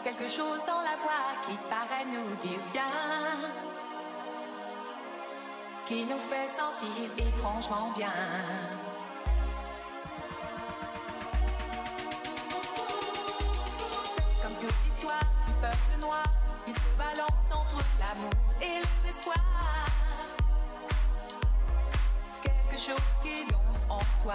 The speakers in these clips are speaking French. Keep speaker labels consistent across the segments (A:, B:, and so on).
A: quelque chose dans la voix qui paraît nous dire bien, qui nous fait sentir étrangement bien. C'est comme toute l'histoire du peuple noir qui se balance entre l'amour et les espoirs. Quelque chose qui danse en toi.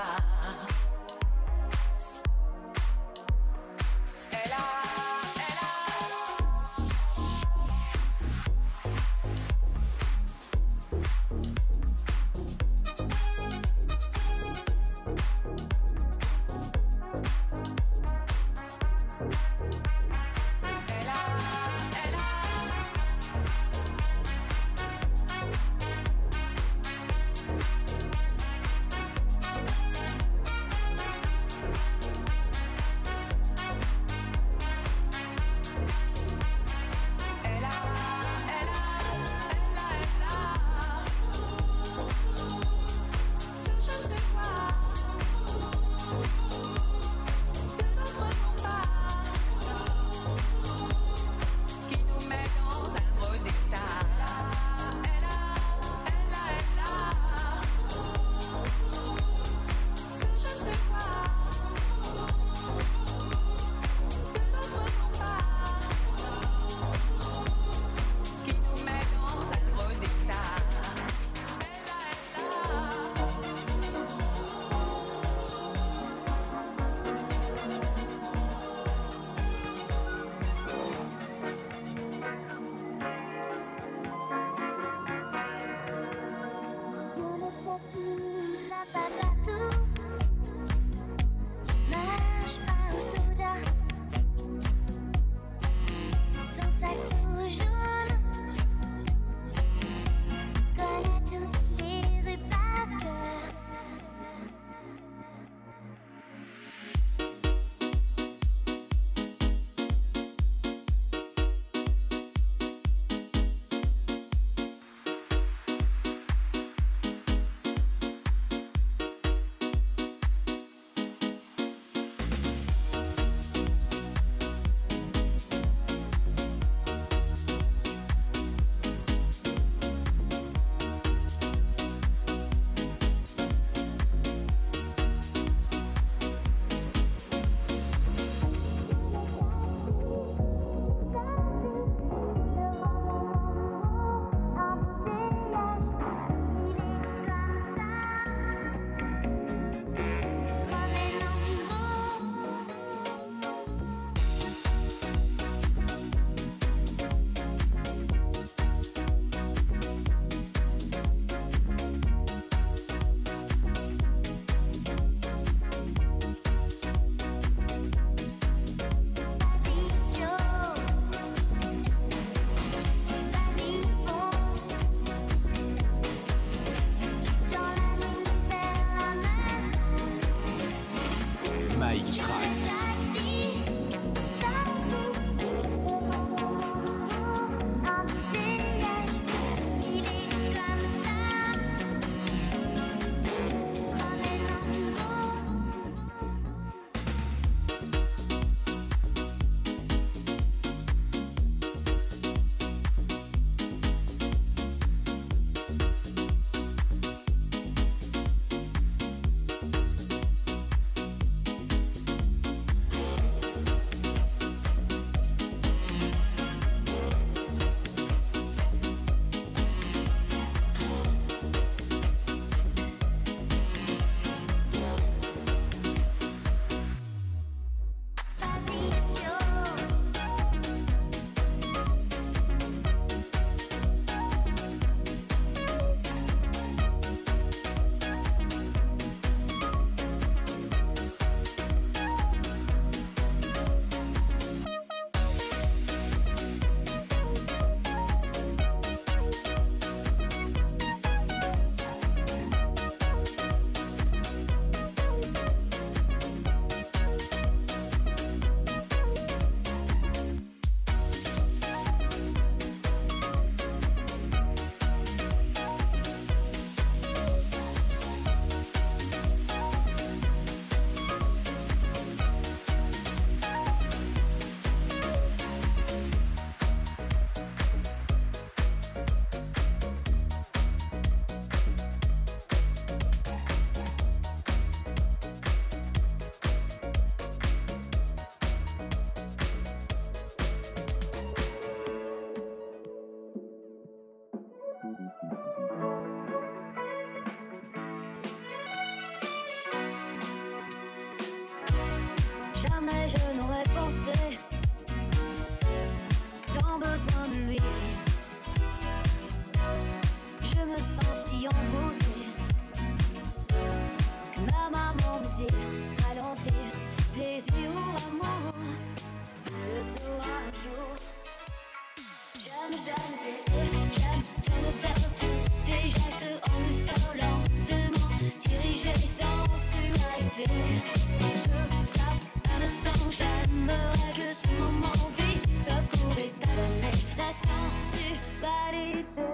B: Stop un instant, j'aimerais que ce moment vive soit pour étalonner la sensualité.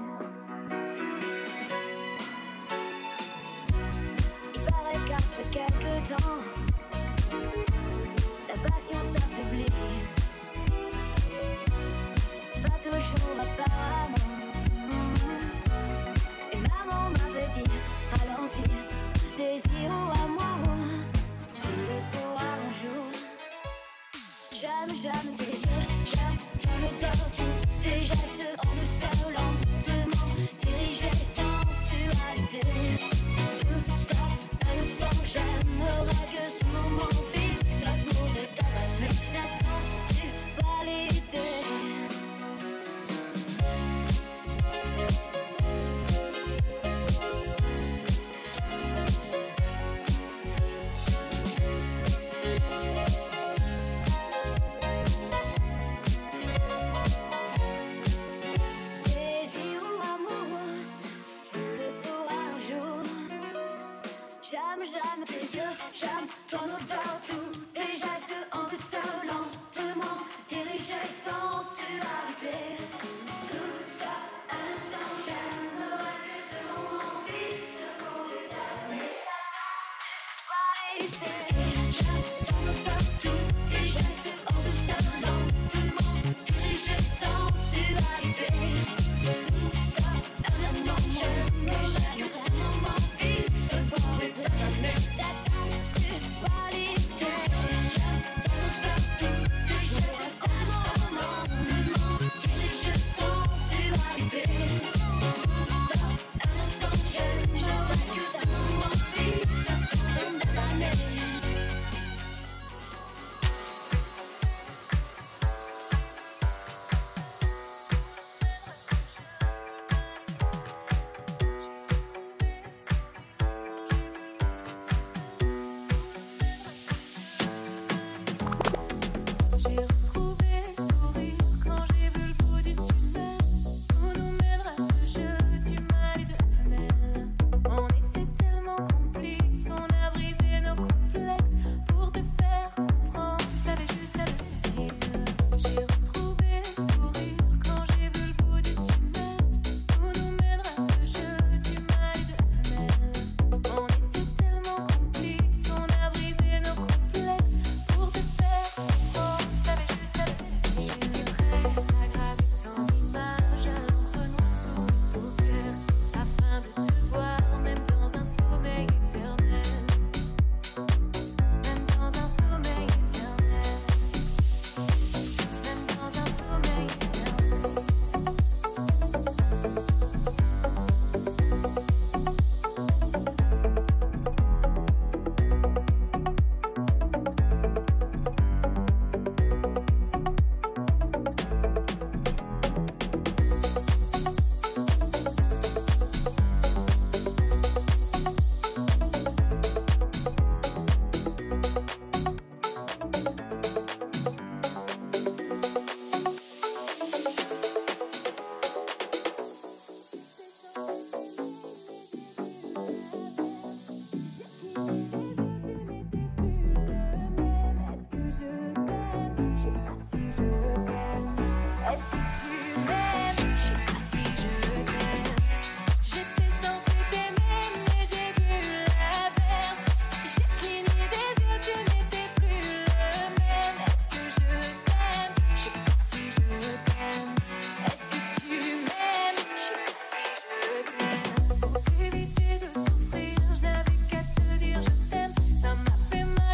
B: Il paraît qu'après quelques temps, la patience affaiblit. Pas toujours apparemment. Et maman m'avait dit, ralentir, désir ou amour. Tu le sauras un jour. J'aime tes yeux, j'aime ton odeur, tous tes gestes en douceur, lentement dirigés sans sensualité. Stop un instant, j'aimerais que ce moment fixe pour détailler ta sensualité. J'aime tes yeux, j'aime ton odeur, tous tes gestes en douceur, lentement dirigés sans sensualité. Tout ça, un instant, j'aimerais que ce moment fixe pour déterminer la sensualité. J'aime ton odeur, tous tes gestes en douceur, lentement dirigés sans sensualité. Tout ça, un instant, j'aimerais que ce moment fixe pour déterminer ta sensualité. J'aime ton odeur, tous tes gestes en douceur, lentement dirigés sans sensualité. Tout ça, un instant, j'aimerais que ce moment fixe pour déterminer.
A: J'ai retrouvé le sourire quand j'ai vu le bout du tunnel. Où nous mènera ce jeu du mal et de la femelle. On était tellement complices, on a brisé nos complexes. Pour te faire comprendre, t'avais juste à lever le ciel. J'ai retrouvé le sourire quand j'ai vu le bout du tunnel. Où nous mènera ce jeu du mal et de la femelle. On était tellement complices, on a brisé nos complexes. Pour te faire comprendre, t'avais juste à lever le ciel. J'étais prête à graver ton image entre nous sous au cœur, afin de te voir même dans un sommeil éternel. Même dans un sommeil éternel. Même dans un sommeil éternel.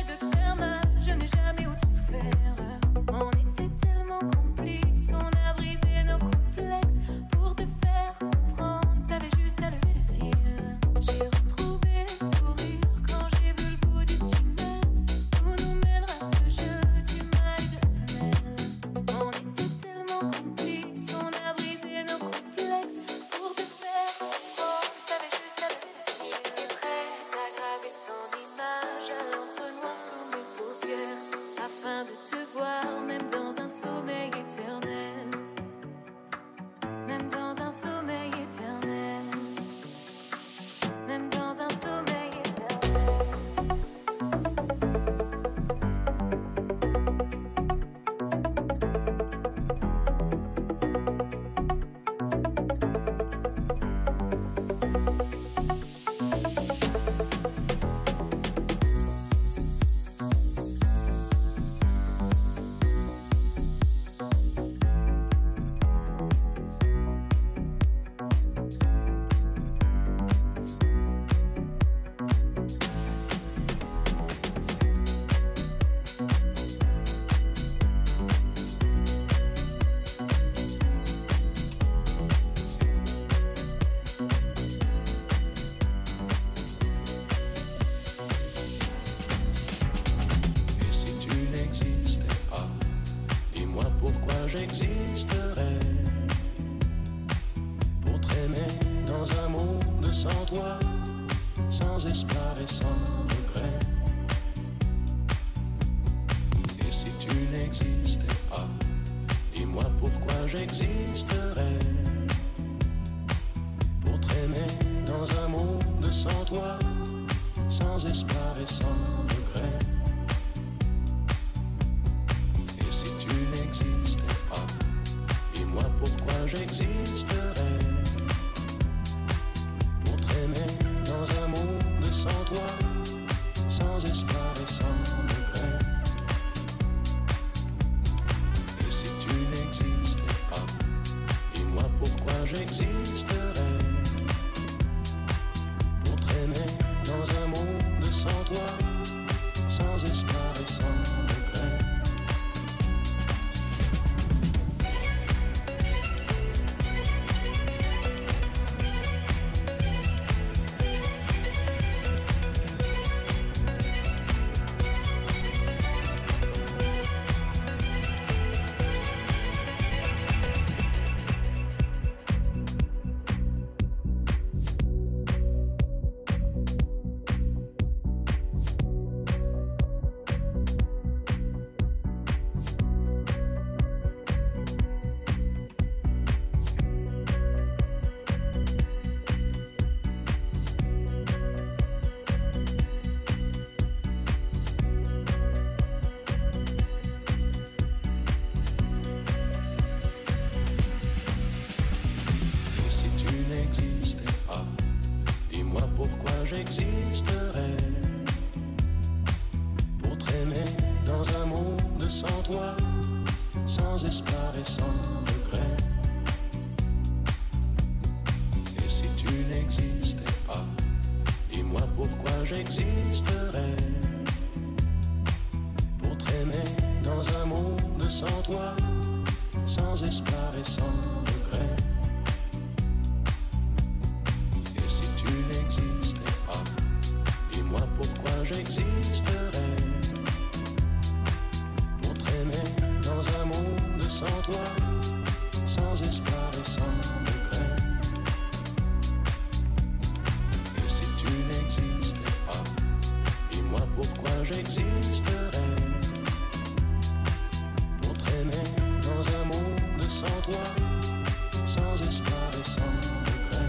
A: On était tellement complices, on a brisé
C: j'existerais pour traîner dans un monde sans toi, sans espoir et sans regret. Et si tu n'existais pas, dis-moi pourquoi j'existerais pour traîner dans un monde sans toi, sans espoir et sans regret. Et si tu n'existais pas, dis-moi pourquoi j'existerais pour traîner dans un monde sans toi, sans espoir et sans regret. Et si tu n'existais pas, dis-moi pourquoi j'existerais pour traîner dans un monde sans toi, sans espoir et sans regret. Et si tu n'existais pas, dis-moi pourquoi j'existerais pour traîner dans un monde sans toi, sans espoir et sans regret. Et si tu n'existais pas, dis-moi pourquoi j'existerais pour traîner dans un monde sans toi, sans espoir et sans regret. Et si tu n'existais pas, dis-moi pourquoi j'existerais pour traîner dans un monde sans toi, sans espoir et sans regret. Et si tu n'existais pas, dis-moi pourquoi j'existerais pour traîner dans un monde sans toi, sans espoir et sans regret.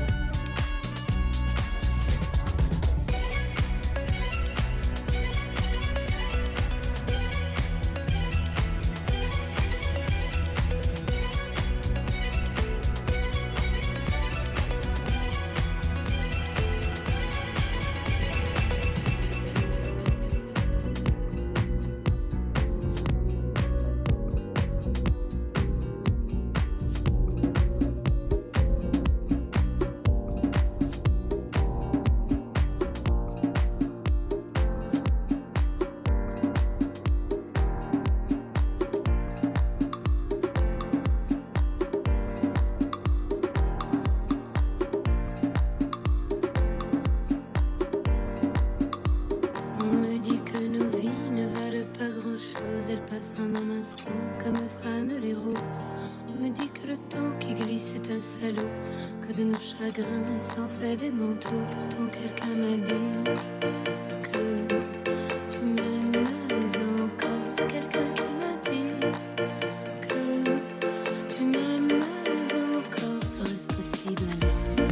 A: On me dit que nos vies ne valent pas grand-chose, elles passent en un instant comme fanent les roses. On me dit que le temps qui glisse est un salaud, que de nos chagrins il s'en fait des manteaux. Pourtant quelqu'un m'a dit que tu m'aimes encore. C'est quelqu'un qui m'a dit que tu m'aimes encore. Serait-ce possible alors?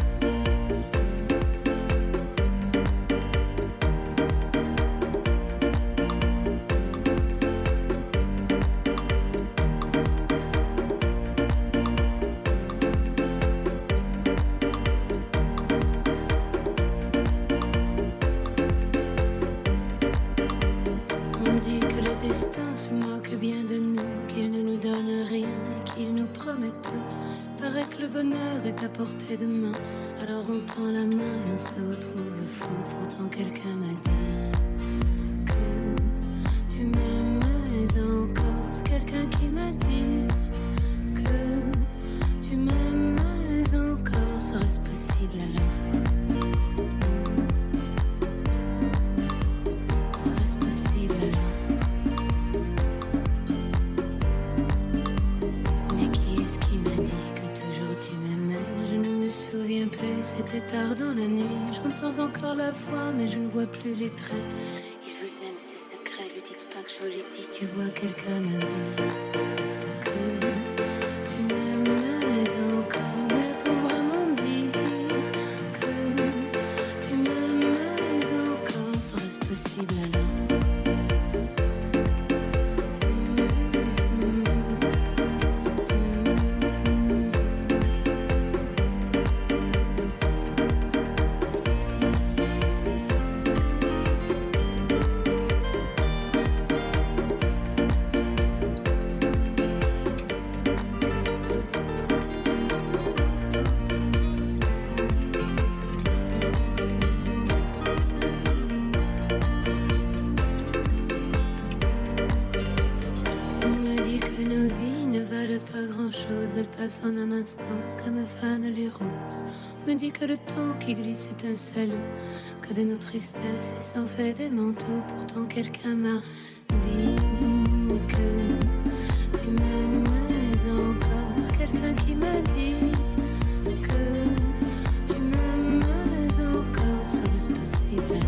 A: On dit que le destin se moque bien de nous, qu'il ne nous donne rien et qu'il nous promet tout. Paraît que le bonheur est à portée de main, alors on tend la main et on se retrouve fou. Pourtant quelqu'un m'a dit que tu m'aimes encore. C'est quelqu'un qui m'a dit que tu m'aimes encore. Serait-ce possible alors? Serait-ce possible alors? c'est tard dans la nuit. J'entends encore la voix, mais je ne vois plus les traits. Il vous aime, ses secrets, lui dites pas que je vous l'ai dit. Tu vois, quelqu'un m'a dit que tu m'aimais encore. Mais a-t-on vraiment dit que tu m'aimais encore? Serait-ce possible alors? Elle passe en un instant comme fanent les roses. On me dit que le temps qui glisse est un salaud, que de nos tristesses il s'en fait des manteaux. Pourtant quelqu'un m'a dit que tu m'aimais encore. C'est quelqu'un qui m'a dit que tu m'aimais encore. Serait-ce possible alors?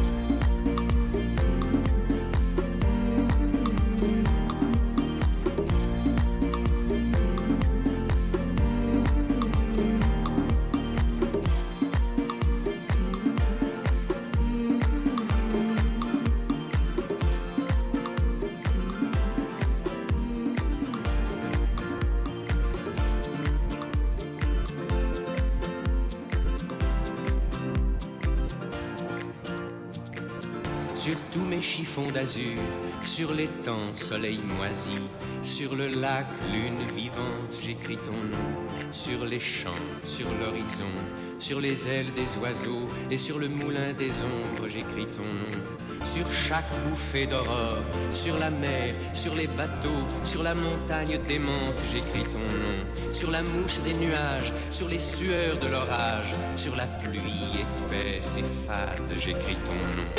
D: Sur tous mes chiffons d'azur, sur l'étang, soleil moisi, sur le lac, lune vivante, j'écris ton nom. Sur les champs, sur l'horizon, sur les ailes des oiseaux et sur le moulin des ombres, j'écris ton nom. Sur chaque bouffée d'aurore, sur la mer, sur les bateaux, sur la montagne démente, j'écris ton nom. Sur la mousse des nuages, sur les sueurs de l'orage, sur la pluie épaisse et fade, j'écris ton nom.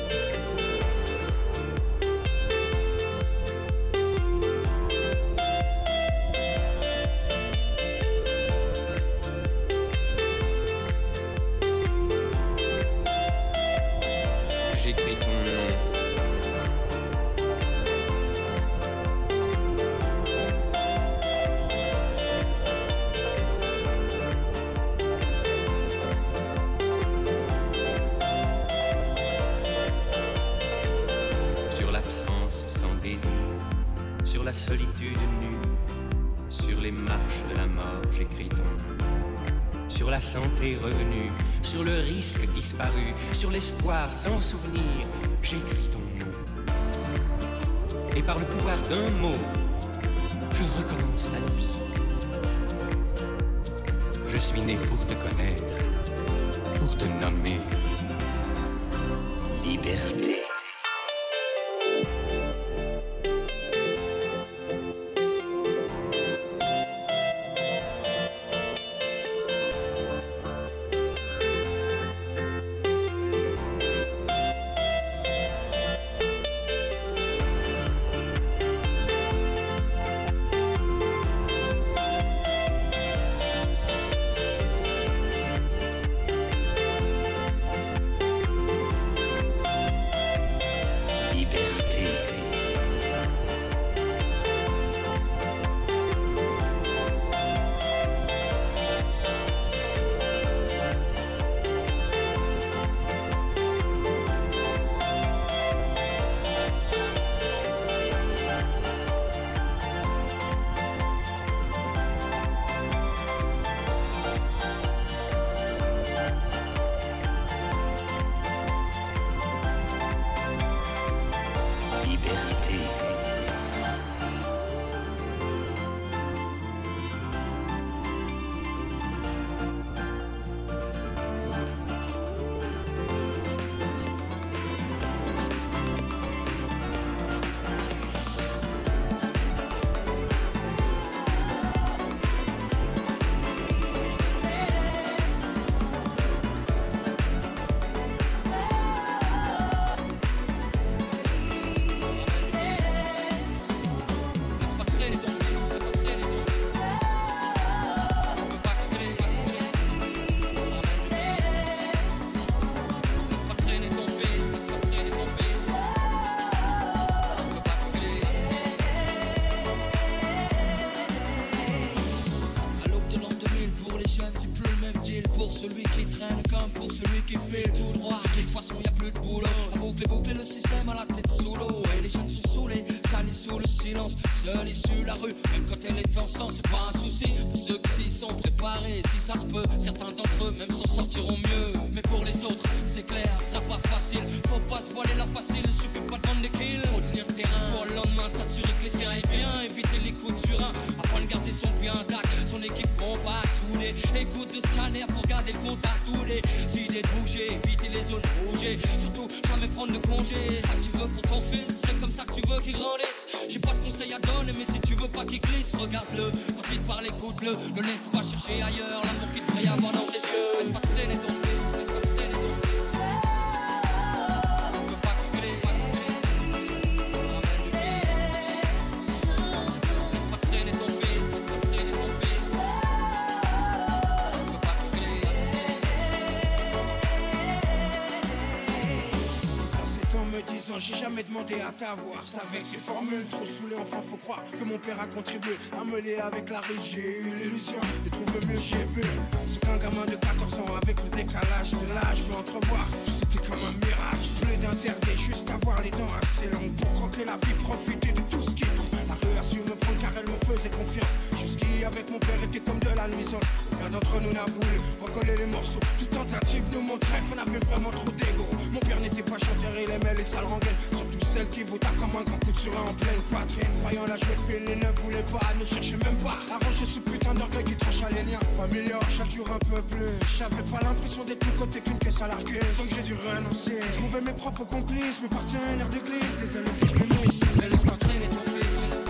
D: J'écris ton nom. Sur l'absence sans désir, sur la solitude nue, sur les marches de la mort, j'écris ton nom. Sur la santé revenue, sur le risque disparu, sur l'espoir sans souvenir, j'écris ton nom. Et par le pouvoir d'un mot, je recommence ma vie. Je suis né pour te connaître, pour te nommer liberté.
E: même à la tête sous l'eau. Et les jeunes sont saoulés, salis sous le silence. Seule issue la rue, même quand elle est en sang, c'est pas un souci. Pour ceux qui s'y sont préparés, si ça se peut, certains d'entre eux même s'en sortiront mieux. Mais pour les autres, c'est clair, ce sera pas facile. Faut pas se voiler la facile, il suffit pas de vendre des kills. Faut tenir le terrain pour le lendemain, s'assurer que les siens aillent bien. Éviter les coups de surin afin de garder son puits intact. Son équipement pas soudé, écoute de scanner pour garder le contact. Tous les idées de bouger, éviter les zones bougées. Surtout jamais prendre de congé. C'est ça que tu veux pour ton fils, c'est comme ça que tu veux qu'il grandisse. J'ai pas de conseils à donner, mais si tu veux pas qu'il glisse, regarde-le. Quand il te parle, écoute-le. Ne laisse pas chercher ailleurs l'amour qu'il devrait y avoir dans tes yeux. Laisse pas traîner ton fils, laisse pas traîner ton fils. On peut pas qu'il glisse. Laisse pas traîner ton fils, laisse pas traîner ton fils. On peut pas qu'il glisse.
F: En ces temps me disant, j'ai jamais demandé à t'avoir. C'est avec ces formules trop saoulées, enfin faut croire que mon père a contribué à me lier avec la riche. J'ai eu l'illusion de trouver mieux, j'ai vu ce qu'un gamin de 14 ans avec le décalage de l'âge peut entrevoir. C'était comme un miracle, plus d'interdit, juste avoir les dents assez longues pour croquer la vie, profiter de tout ce qui tombe. La rue a su me prendre car elle me faisait confiance. Jusqu'ici avec mon père était comme de la nuisance. Aucun d'entre nous n'a voulu recoller les morceaux. Toute tentative nous montrait qu'on avait vraiment trop d'ego. Mon père n'était pas chanteur, il aimait les sales rengaines. Surtout celles qui vous tapent comme un grand coup de surin en pleine poitrine. Croyant la jouer fine, ils ne voulaient pas, ne cherchaient même pas à ranger ce putain d'orgueil qui tranche à les liens familiaux. Chaque jour un peu plus, j'avais pas l'impression d'être plus côté qu'une caisse à larguer. Donc j'ai dû renoncer, trouver mes propres complices, mes partenaires d'église. Désolé si je m'émousse, mais laisse pas traîner ton fils.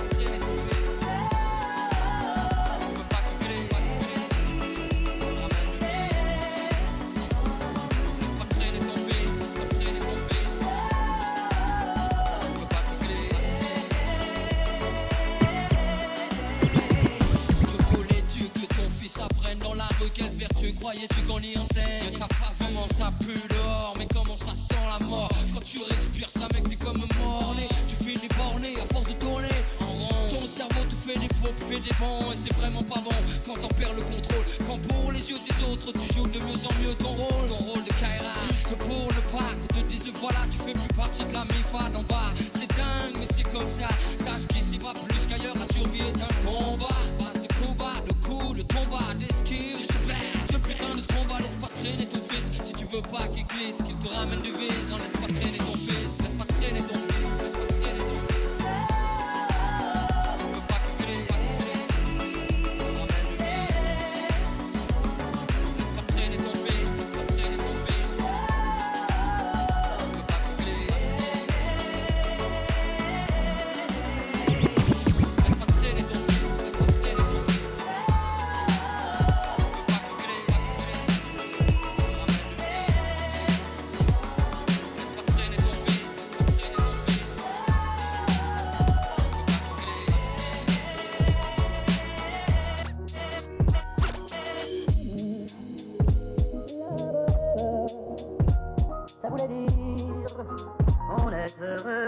E: Dans la rue, quelle vertu croyais-tu qu'on y enseigne? T'as pas vraiment ça pue dehors, mais comment ça sent la mort? Quand tu respires ça mec t'es comme morné. Tu finis borné à force de tourner en rond. Ton cerveau te fait des faux, fait des bons. Et c'est vraiment pas bon quand t'en perds le contrôle. Quand pour les yeux des autres tu joues de mieux en mieux ton rôle de Kaira. Juste pour ne pas qu'on te dise voilà tu fais plus partie de la MIFA d'en bas. C'est dingue mais c'est comme ça. Sache qu'ici va plus qu'ailleurs, la survie est un combat. Base de coups bas, de coups, de tombats, d'esquives. Ce putain de stromba, laisse pas traîner ton fils. Si tu veux pas qu'il glisse, qu'il te ramène du vice. Non, laisse pas traîner ton fils, laisse pas traîner ton fils, laisse pas traîner ton fils. Tu veux pas qu'il glisse, ramène du vice. Laisse pas traîner ton fils, laisse pas traîner ton fils. Tu veux pas qu'il glisse. Laisse pas traîner ton fils, laisse pas traîner ton fils.
G: Ça voulait dire on est heureux.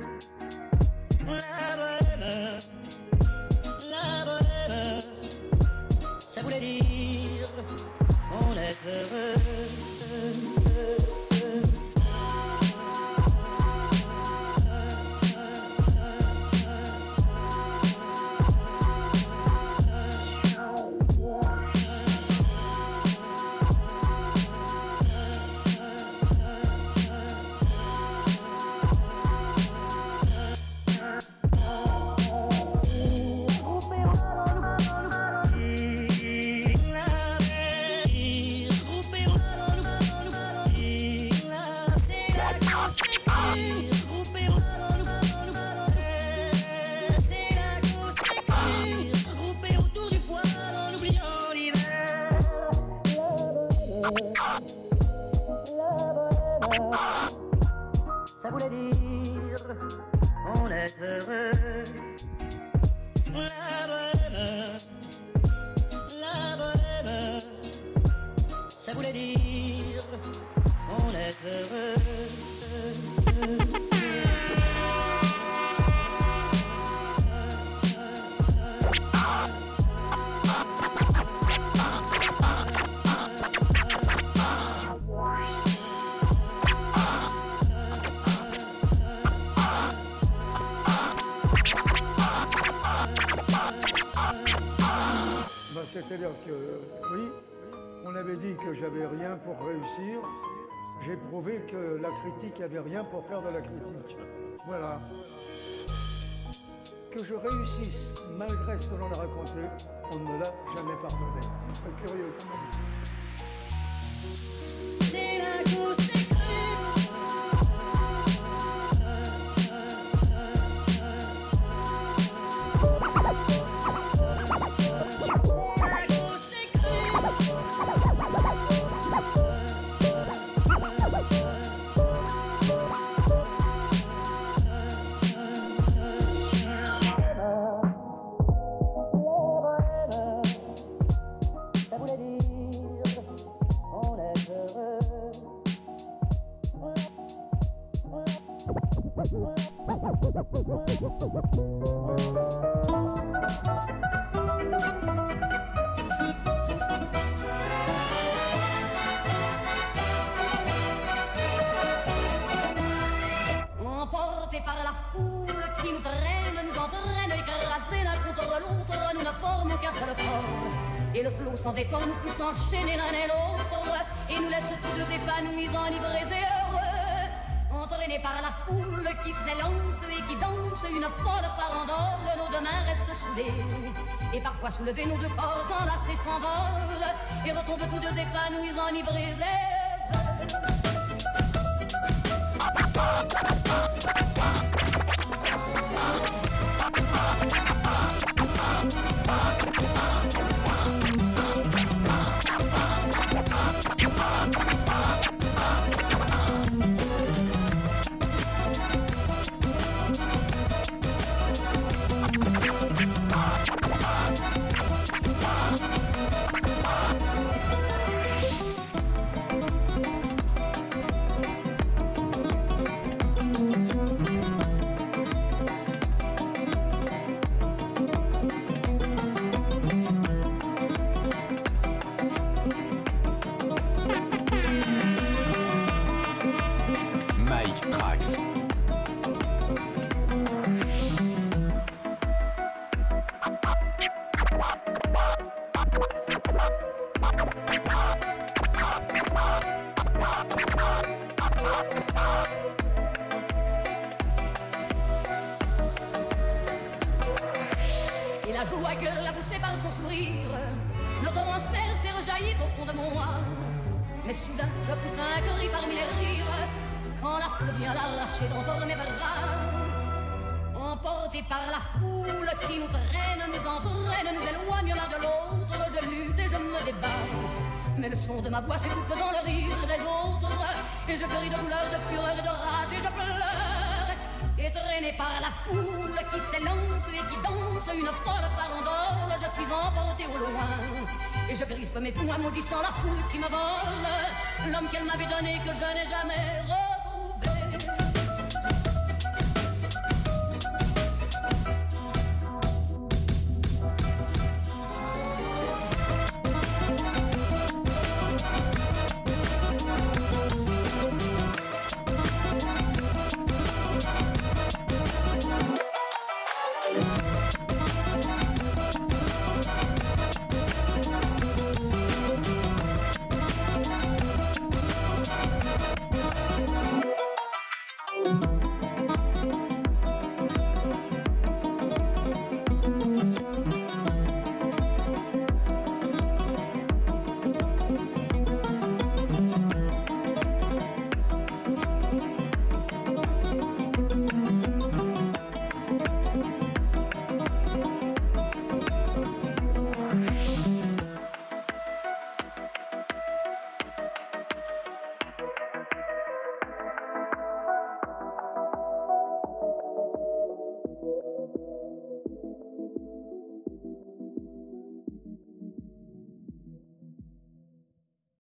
G: Ça voulait dire on est heureux. Ça voulait dire on est heureux. Ça voulait dire on est heureux.
H: c'est-à-dire que, oui, on avait dit que j'avais rien pour réussir. J'ai prouvé que la critique avait rien pour faire de la critique. Voilà. Que je réussisse malgré ce que l'on a raconté, on ne me l'a jamais pardonné. C'est très curieux comme on dit.
G: C'est la cause, c'est
B: Emportés par la foule qui nous traîne, nous entraîne, écrasés l'un contre l'autre, nous ne formons qu'un seul corps. Et le flot sans effort nous pousse enchaîner l'un et l'autre, et nous laisse tous deux épanouis, enivrés et heureux. Entraînés par la foule qui s'élance et qui danse une folle farandole, nos deux mains restent soudées. Et parfois soulevés, nos deux corps enlacés s'envolent, et retombent tous deux épanouis, enivrés et heureux.
I: Mike Trax.
B: Et la joie que la poussée par son sourire me transperce et rejaillit au fond de moi. Mais soudain, je pousse un cri parmi les rires quand la foule vient l'arracher d'entre mes bras. Emportés par la foule qui nous traîne, nous entraîne, nous éloigne l'un de l'autre, je lutte et je me débat. Mais le son de ma voix s'étouffe dans le rire des autres, et je crie de douleur, de fureur et de rage, et je pleure. Et traîné par la foule qui s'élance et qui danse une folle farandole, je suis emporté au loin. Et je crispe mes poings maudissant la foule qui me vole l'homme qu'elle m'avait donné que je n'ai jamais revu.